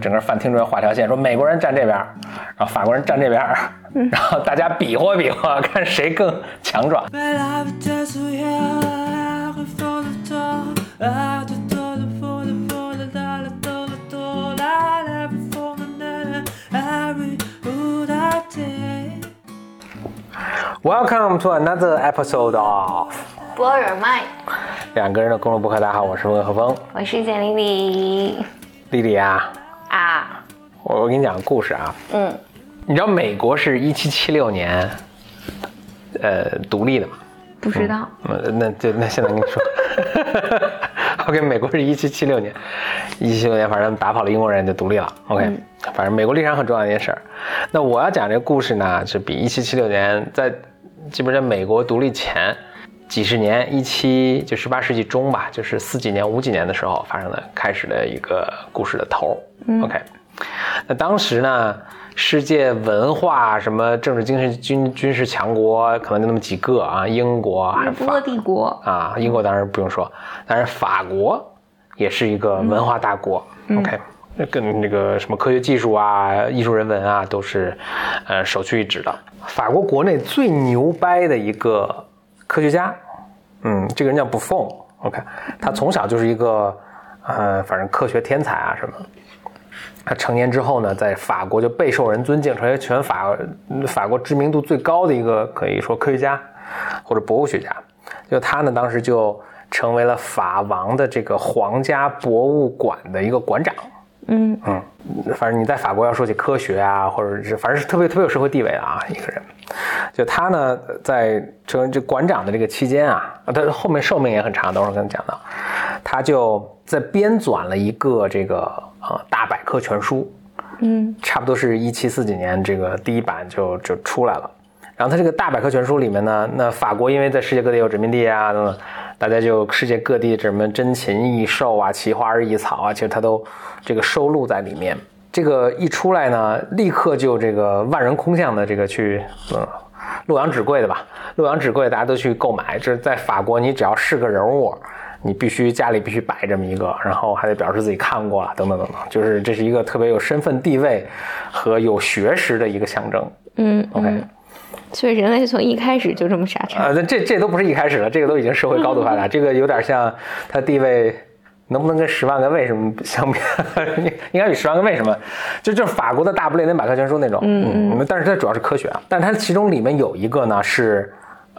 整个饭厅中间画条线，说美国人站这边，然后法国人站这边，然后大家比划比划，看谁更强壮。Welcome to another episode of Blow Your Mind。 两个人的公路博客，大家好，我是温和峰， 我是简丽丽。 丽丽啊，我跟你讲个故事啊。你知道美国是1776年，独立的吗？ 不知道。 那现在跟你说。OK， 美国是1776年，1776年，反正打跑了英国人就独立了。OK，反正美国历史上很重要的一件事儿。那我要讲这个故事呢，是比1776年在基本上美国独立前几十年就18世纪中吧，就是40几年、50几年的时候发生的，开始的一个故事的头。OK， 那当时呢，世界文化什么政治、精神、军事强国可能就那么几个啊，英国还是波罗帝国啊，英国当然不用说，但是法国也是一个文化大国。OK， 跟那个什么科学技术啊、艺术人文啊都是首屈一指的。法国国内最牛掰的一个科学家，这个人叫布冯。OK， 他从小就是一个反正科学天才啊什么。他成年之后呢，在法国就备受人尊敬，成为全法国知名度最高的一个可以说科学家或者博物学家。就他呢，当时就成为了法王的这个皇家博物馆的一个馆长。反正你在法国要说起科学啊，或者是反正是特别有社会地位的啊一个人。就他呢，在成为这馆长的这个期间啊，他后面寿命也很长，等会儿跟你讲到，他就在编纂了一个这个大百科全书。差不多是1740几年这个第一版就出来了。然后他这个大百科全书里面呢，那法国因为在世界各地有殖民地啊等等，大家就世界各地什么珍禽异兽啊、奇花异草啊，其实他都这个收录在里面。这个一出来呢，立刻就这个万人空巷的这个去洛阳纸贵的吧，洛阳纸贵大家都去购买。这在法国，你只要是个人物，你家里必须摆这么一个，然后还得表示自己看过了，等等等等，就是这是一个特别有身份地位和有学识的一个象征。OK。 所以人类从一开始就这么傻叉。 这都不是一开始了，这个都已经社会高度发达，这个有点像他地位能不能跟10万个为什么相比？应该比10万个为什么，就是法国的大不列颠百科全书那种。但是它主要是科学啊，但是它其中里面有一个呢是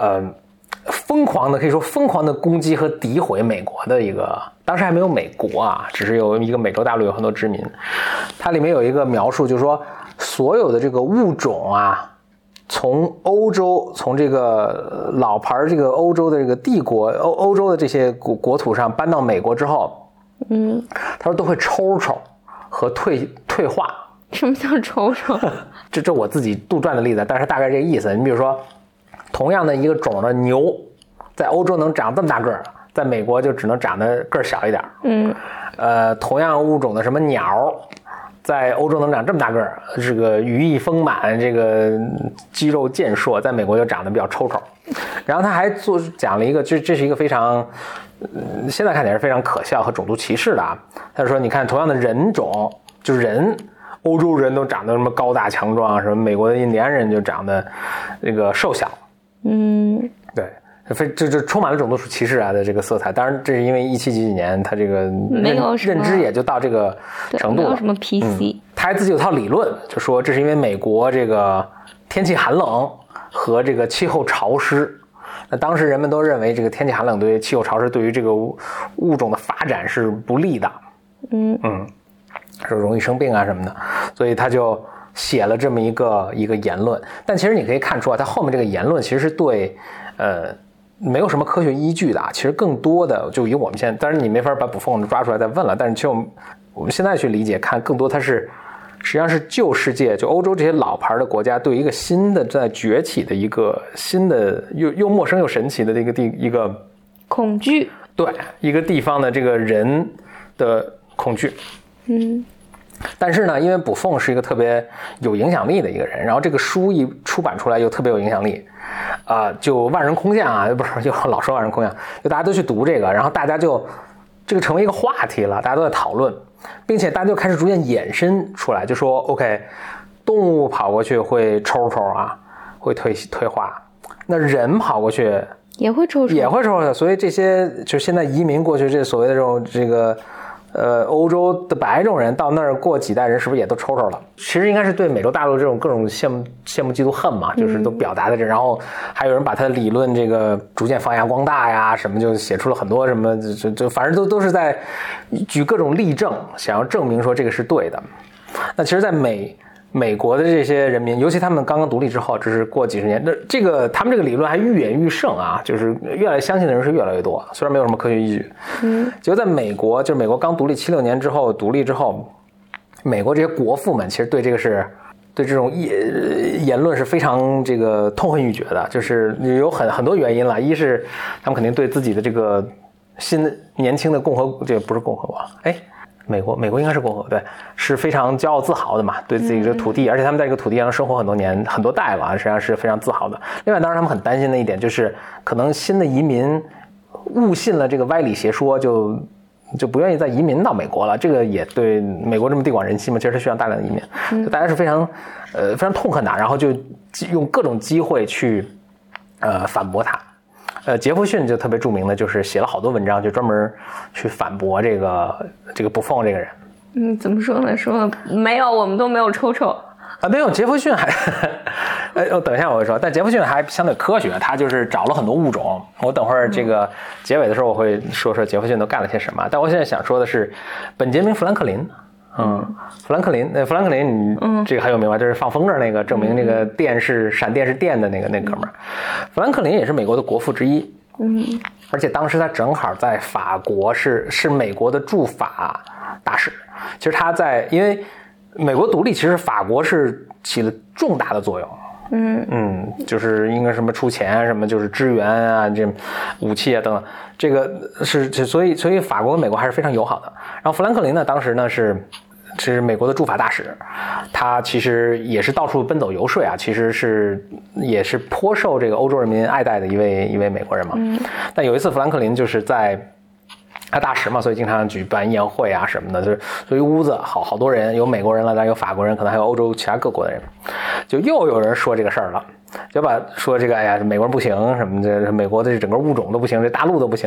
可以说疯狂的攻击和诋毁美国的一个，当时还没有美国啊，只是有一个美洲大陆有很多殖民。它里面有一个描述，就是说所有的这个物种啊，从欧洲，从这个老牌这个欧洲的这个帝国，欧洲的这些国土上搬到美国之后，他说都会抽和退化。 什么叫抽？ 这我自己杜撰的例子，但是大概这个意思。你比如说，同样的一个种的牛，在欧洲能长这么大个儿，在美国就只能长得个儿小一点。同样物种的什么鸟，在欧洲能长这么大个儿，这个羽翼丰满，这个肌肉健硕，在美国就长得比较抽。然后他还讲了一个，这是一个非常现在看起来是非常可笑和种族歧视的啊。他说，你看同样的人种，就是人，欧洲人都长得什么高大强壮，什么美国的印第安人就长得这个瘦小。对。这充满了种族歧视啊的这个色彩，当然这是因为17几年他这个认知也就到这个程度了， 没有什么 PC。 他还自己有套理论，就说这是因为美国这个天气寒冷和这个气候潮湿。那当时人们都认为这个天气寒冷对于气候潮湿对于这个物种的发展是不利的，是容易生病啊什么的，所以他就写了这么一个言论。但其实你可以看出啊，他后面这个言论其实是对没有什么科学依据的，其实更多的就以我们现在，当然你没法把捕风抓出来再问了，但是其实我们现在去理解看，更多它是实际上是旧世界，就欧洲这些老牌的国家对一个新的在崛起的一个新的又陌生又神奇的一个恐惧， 对一个地方的这个人的恐惧。但是呢，因为捕凤是一个特别有影响力的一个人，然后这个书一出版出来又特别有影响力，就万人空巷啊，不是就老说万人空巷，就大家都去读这个，然后大家就这个成为一个话题了，大家都在讨论，并且大家就开始逐渐衍生出来，就说 OK， 动物跑过去会抽抽啊，会退化，那人跑过去也会抽抽， 所以这些就是现在移民过去这所谓的这个欧洲的白种人到那儿过几代人，是不是也都抽抽了？其实应该是对美洲大陆这种各种羡慕嫉妒恨嘛，就是都表达在这，然后还有人把他的理论这个逐渐发扬光大呀，什么就写出了很多什么，就反正都是在举各种例证，想要证明说这个是对的。那其实，在美国的这些人民，尤其他们刚刚独立之后，这是过几十年，他们这个理论还愈演愈盛啊，就是越来越相信的人是越来越多，虽然没有什么科学依据。结果在美国，就是美国刚独立76年之后，独立之后，美国这些国父们其实对这个是对这种言论是非常这个痛恨欲绝的，就是有很多原因了，一是他们肯定对自己的这个年轻的这个不是共和国，美国应该是共和，对，是非常骄傲自豪的嘛，对自己的土地，而且他们在这个土地上生活很多年很多代了，实际上是非常自豪的。另外，当然他们很担心的一点就是，可能新的移民误信了这个歪理邪说，就不愿意再移民到美国了。这个也对美国这么地广人稀嘛，其实是需要大量的移民，大家是非常痛恨的，然后就用各种机会去反驳他。杰弗逊就特别著名的就是写了好多文章，就专门去反驳这个布冯这个人。 怎么说呢？说没有，我们都没有抽抽啊，没有。杰弗逊还，等一下我会说，但杰弗逊还相对科学，他就是找了很多物种。我等会儿这个结尾的时候我会说杰弗逊都干了些什么。但我现在想说的是，本杰明·富兰克林。富兰克林，这个很有名吧？就是放风筝那个，证明这个闪电是电的那哥们儿。富兰克林也是美国的国父之一，而且当时他正好在法国是美国的驻法大使。其实因为美国独立，其实法国是起了重大的作用。就是应该什么出钱什么，就是支援啊，这武器啊等等，这个所以法国跟美国还是非常友好的。然后富兰克林呢，当时呢是美国的驻法大使，他其实也是到处奔走游说啊，其实也是颇受这个欧洲人民爱戴的一位美国人嘛。但有一次富兰克林就是在他大使嘛，所以经常举办宴会啊什么的，就是所以屋子好多人，有美国人了，当然有法国人，可能还有欧洲其他各国的人，就又有人说这个事儿了，就说这个美国人不行什么的，美国的整个物种都不行，这大陆都不行。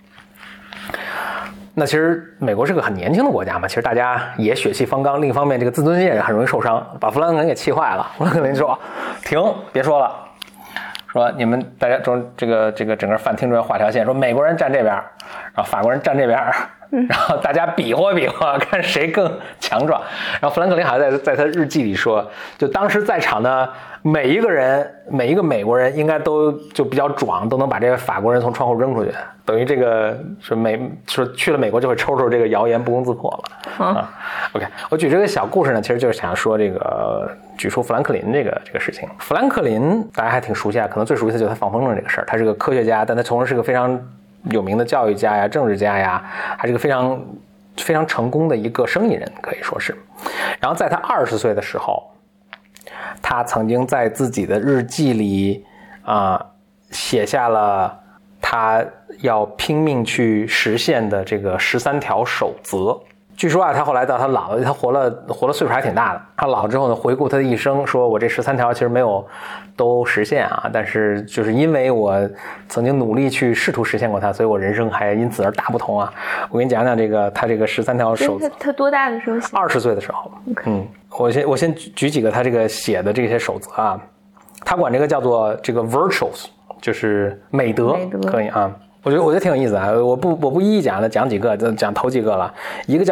那其实美国是个很年轻的国家嘛，其实大家也血气方刚，另一方面这个自尊心也很容易受伤，把富兰克林给气坏了。富兰克林说：“停，别说了。”说你们大家这个整个饭厅中间画条线，说美国人站这边，然后法国人站这边，然后大家比划比划，看谁更强壮。然后富兰克林好像在他日记里说，就当时在场的每一个美国人应该都就比较壮，都能把这个法国人从窗户扔出去，等于这个说去了美国就会抽这个谣言不攻自破了。OK， 我举这个小故事呢，其实就是想说这个举出富兰克林这个事情。富兰克林大家还挺熟悉啊，可能最熟悉的就是他放风筝这个事儿。他是个科学家，但他同时是个非常有名的教育家呀、政治家呀，还是个非常非常成功的一个生意人，可以说是。然后在他20岁的时候，他曾经在自己的日记里写下了他要拼命去实现的这个13条守则。据说他后来到他老了，他活了岁数还挺大的。他老之后呢，回顾他的一生，说我这13条其实没有都实现啊，但是就是因为我曾经努力去试图实现过它，所以我人生还因此而大不同啊。我给你讲讲他这个13条守则。 他多大的时候写 ？20岁的时候。我先举几个他这个写的这些守则啊。他管这个叫做这个 virtues， 就是美德，可以啊。我觉得挺有意思啊，我不一一讲了，讲几个，讲头几个了。一个叫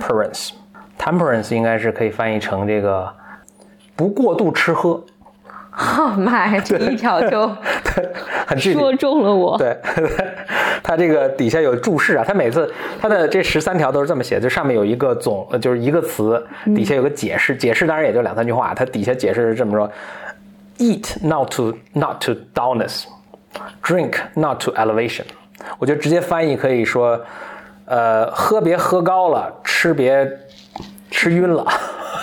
temperance 应该是可以翻译成这个不过度吃喝。 妈呀，这一条就很具体说中了我。 对，他这个底下有注释啊，他每次他的这13条都是这么写，就上面有一个就是一个词，底下有个解释，解释当然也就2-3句话，他底下解释是这么说 ：Eat not to dullness。Drink not to elevation， 我觉得直接翻译可以说，喝别喝高了，吃别吃晕了，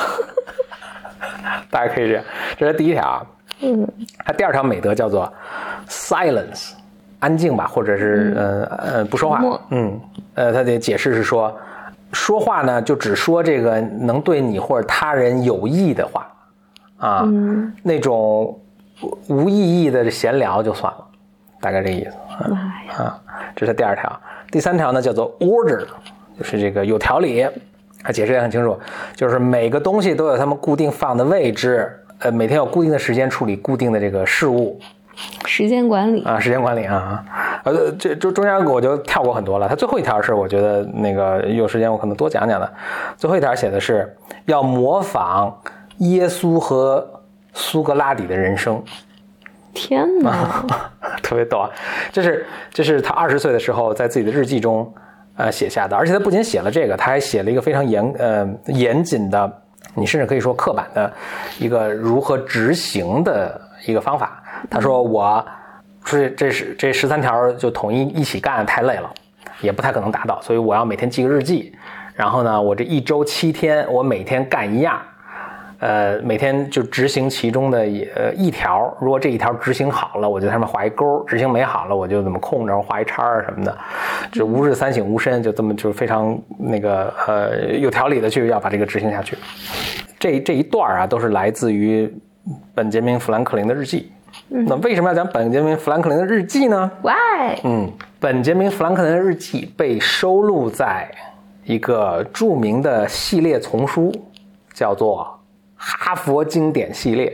大家可以这样。这是第一条。他第2条美德叫做 silence， 安静吧，或者是不说话。他的解释是说，说话呢就只说这个能对你或者他人有益的话啊，那种无意义的闲聊就算了，大概这个意思啊。这是第2条。第3条呢叫做 order， 就是这个有条理。他解释也很清楚，就是每个东西都有他们固定放的位置，每天有固定的时间处理固定的这个事物。 时间管理啊，时间管理啊，这中间我就跳过很多了。他最后一条是我觉得那个有时间我可能多讲讲的。最后一条写的是要模仿耶稣和苏格拉底的人生。 天哪， 特别逗啊！这是他20岁的时候在自己的日记中写下的，而且他不仅写了这个，他还写了一个非常严谨的，你甚至可以说刻板的一个如何执行的一个方法。他说我这13条就统一起干太累了，也不太可能达到，所以我要每天记个日记，然后呢我这1周7天我每天干一样，每天就执行其中的一条，如果这一条执行好了，我就上面画一勾；执行没好了，我就怎么空着画一叉什么的，就吾日三省吾身，就这么就非常那个有条理的去要把这个执行下去。这一段啊都是来自于本杰明·富兰克林的日记。那为什么要讲本杰明·富兰克林的日记呢 ？Why？ 本杰明·富兰克林的日记被收录在一个著名的系列丛书，叫做哈佛经典系列。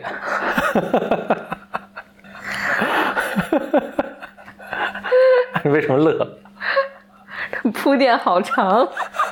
为什么乐？ 铺垫好长。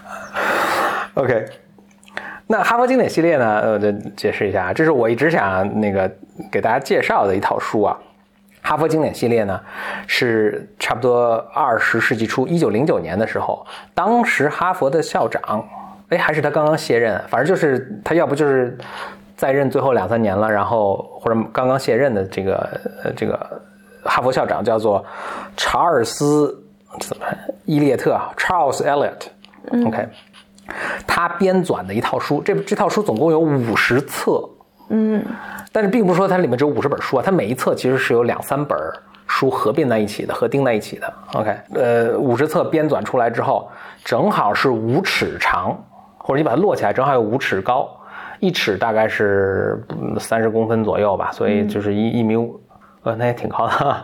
OK， 那哈佛经典系列呢？我就解释一下，这是我一直想那个给大家介绍的一套书啊。哈佛经典系列呢，是差不多20世纪初1909年的时候，当时哈佛的校长，还是他刚刚卸任，反正就是他要不就是在任最后2-3年了，然后或者刚刚卸任的这个哈佛校长叫做查尔斯伊列特 Charles Eliot。OK， 他编纂的一套书，这套书总共有50册。但是并不是说它里面只有50本书啊，它每一册其实是有2-3本书合并在一起的，合订在一起的。OK， 50册编纂出来之后，正好是5尺长，或者你把它摞起来，正好有5尺高，1尺大概是30公分左右吧，所以就是1.5米，那也挺高的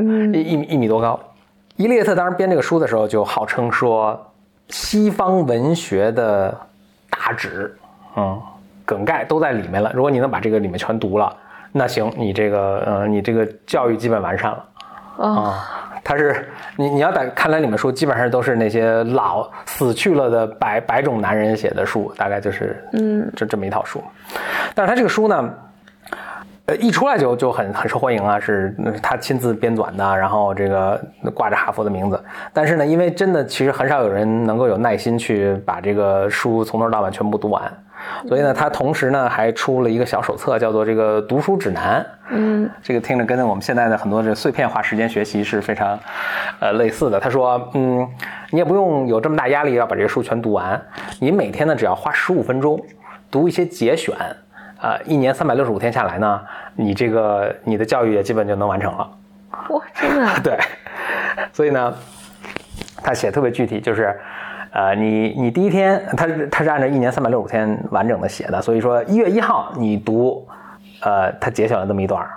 ，1米多高。伊列特当时编这个书的时候，就号称说西方文学的大旨，梗概都在里面了。如果你能把这个里面全读了，那行，你这个教育基本完善了。它是你要看来里面书基本上都是那些老死去了的白种男人写的书，大概就是这么一套书。但是他这个书呢，一出来就很受欢迎啊，是他亲自编纂的，然后这个挂着哈佛的名字。但是呢，因为真的其实很少有人能够有耐心去把这个书从头到尾全部读完。所以呢，他同时呢还出了一个小手册，叫做这个读书指南。这个听着跟我们现在的很多这碎片化时间学习是非常类似的。他说，你也不用有这么大压力要把这个书全读完，你每天呢只要花15分钟读一些节选，一年365天下来呢，你的教育也基本就能完成了。 哇，真的？ 对。所以呢，他写特别具体，就是你第一天，他是按照1年365天完整的写的，所以说1月1号你读，他节选了这么一段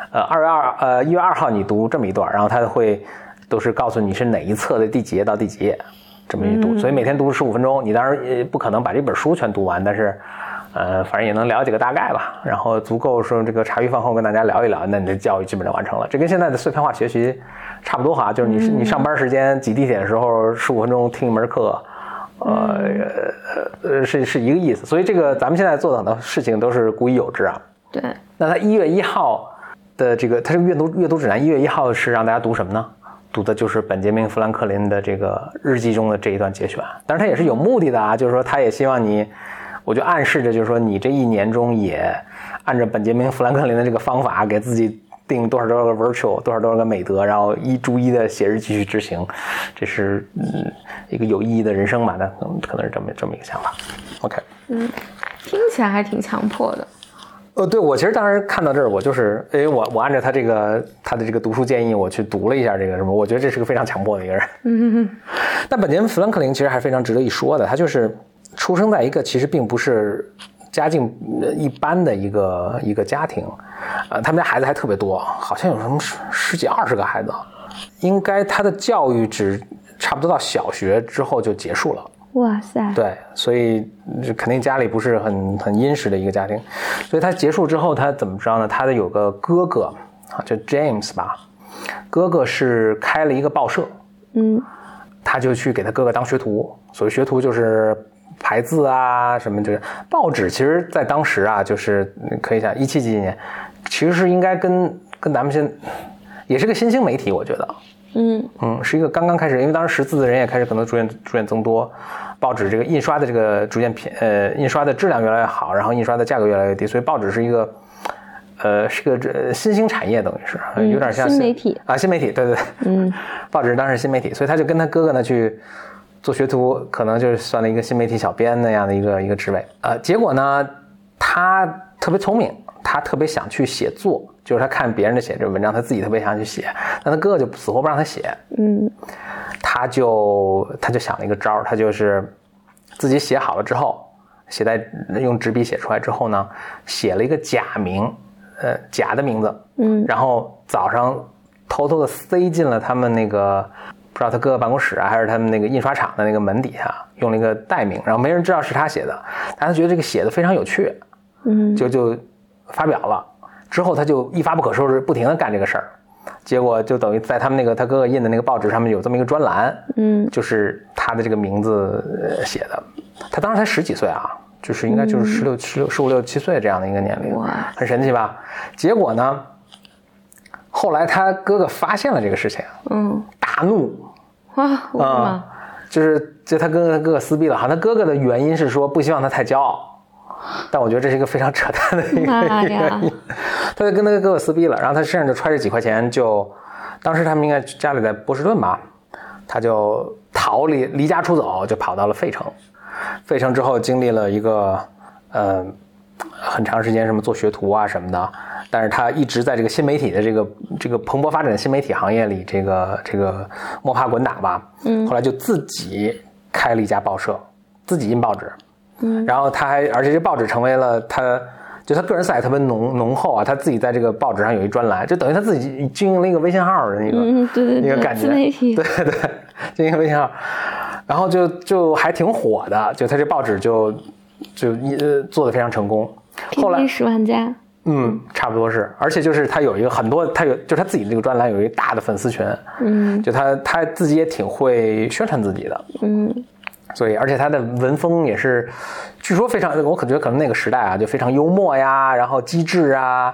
，1月2号你读这么一段，然后他会都是告诉你是哪一册的第几页到第几页，这么一读，所以每天读15分钟，你当然不可能把这本书全读完，但是反正也能了解个大概吧，然后足够说这个茶余饭后跟大家聊一聊，那你的教育基本上完成了。这跟现在的碎片化学习差不多哈，就是你上班时间挤地铁的时候15分钟听一门课，是一个意思。所以这个咱们现在做的很多事情都是古已有之啊。 对。 那他1月1号的这个，他这个阅读指南1月1号是让大家读什么呢？读的就是本杰明·富兰克林的这个日记中的这一段节选。当然他也是有目的的啊，就是说他也希望你，我就暗示着就是说你这一年中也按照本杰明·富兰克林的这个方法给自己定多少个 virtue， 多少个美德，然后逐一的写日记去执行，这是一个有意义的人生嘛？那可能是这么一个想法。OK， 听起来还挺强迫的。 对，我其实当时看到这儿，我就是因为我按照他的这个读书建议，我去读了一下这个什么，我觉得这是个非常强迫的一个人。但本杰明·富兰克林其实还是非常值得一说的，他就是出生在一个其实并不是家境一般的一个家庭，他们家孩子还特别多，好像有什么十几20个孩子，应该他的教育只差不多到小学之后就结束了。 哇塞！ 对，所以肯定家里不是很殷实的一个家庭，所以他结束之后，他怎么着呢？他的有个哥哥啊，叫 James 吧，哥哥是开了一个报社，他就去给他哥哥当学徒。所谓学徒就是排字啊什么，就是报纸。其实，在当时啊，就是可以想17几年，其实是应该跟咱们也是个新兴媒体，我觉得。是一个刚刚开始，因为当时识字的人也开始可能逐渐增多，报纸这个印刷的这个逐渐印刷的质量越来越好，然后印刷的价格越来越低，所以报纸是一个是个新兴产业，等于是有点像新媒体啊，新媒体，对，报纸当时新媒体，所以他就跟他哥哥呢去做学徒，可能就是算了一个新媒体小编那样的一个职位，结果呢，他特别聪明，他特别想去写作。就是他看别人的写这文章，他自己特别想去写，但他哥哥就死活不让他写。他就想了一个招，他就是自己写好了之后，用纸笔写出来之后呢，写了一个假名，假的名字，然后早上偷偷的塞进了他们那个不知道他哥哥办公室啊，还是他们那个印刷厂的那个门底下，用了一个代名，然后没人知道是他写的，但他觉得这个写的非常有趣，就发表了。之后他就一发不可收拾，不停地干这个事儿，结果就等于在他们那个他哥哥印的那个报纸上面有这么一个专栏，就是他的这个名字写的。他当时才10几岁啊，就是应该就是15、16、17岁这样的一个年龄，很神奇吧？结果呢，后来他哥哥发现了这个事情，大怒，就他跟他哥哥撕逼了哈。他哥哥的原因是说不希望他太骄傲。但我觉得这是一个非常扯淡的一个原因，他就跟他哥哥撕逼了，然后他身上就揣着几块钱，当时他们应该家里在波士顿吧，他就离家出走，就跑到了费城。费城之后经历了一个很长时间什么做学徒啊什么的，但是他一直在这个新媒体的这个蓬勃发展的新媒体行业里这个摸爬滚打吧，后来就自己开了一家报社，自己印报纸。然后而且这报纸成为了他个人色彩特别浓厚啊，他自己在这个报纸上有一专栏，就等于他自己经营了一个微信号的那个，那个感觉， 自媒体， 对，经营微信号，然后就还挺火的，就他这报纸就做得非常成功，后来 10万加， 差不多是，而且就是他有一个就是他自己这个专栏有一个大的粉丝群，就他自己也挺会宣传自己的，所以，而且他的文风也是，据说非常，我觉得可能那个时代啊，就非常幽默呀，然后机智啊，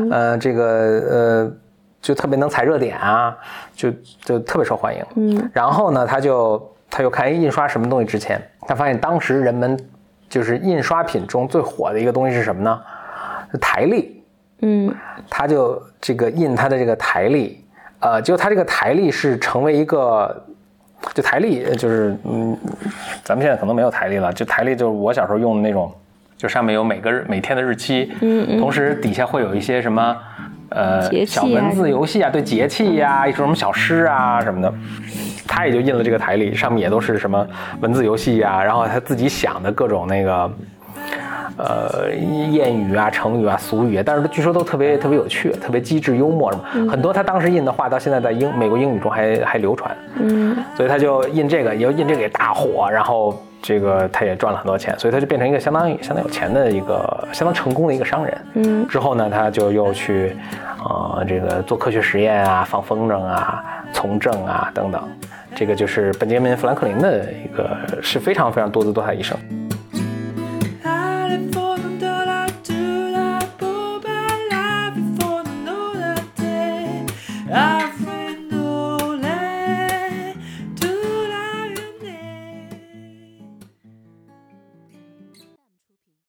就特别能踩热点啊，就特别受欢迎。然后呢，他又看印刷什么东西值钱，他发现当时人们就是印刷品中最火的一个东西是什么呢？是台历。他就这个印他的这个台历，就他这个台历是成为一个。就台历就是咱们现在可能没有台历了，就台历就是我小时候用的那种，就上面有每天的日期，同时底下会有一些什么小文字游戏啊，对，节气啊，一首什么小诗啊什么的，他也就印了这个台历，上面也都是什么文字游戏啊，然后他自己想的各种那个谚语啊、成语啊、俗语啊，但是据说都特别有趣，特别机智幽默什么，很多他当时印的话到现在在美国英语中还流传，所以他就印这个也大火，然后这个他也赚了很多钱，所以他就变成一个相当有钱的一个相当成功的一个商人。之后呢，他就又去这个做科学实验啊、放风筝啊、从政啊等等，这个就是本杰明·富兰克林的一个是非常非常多姿多彩的一生。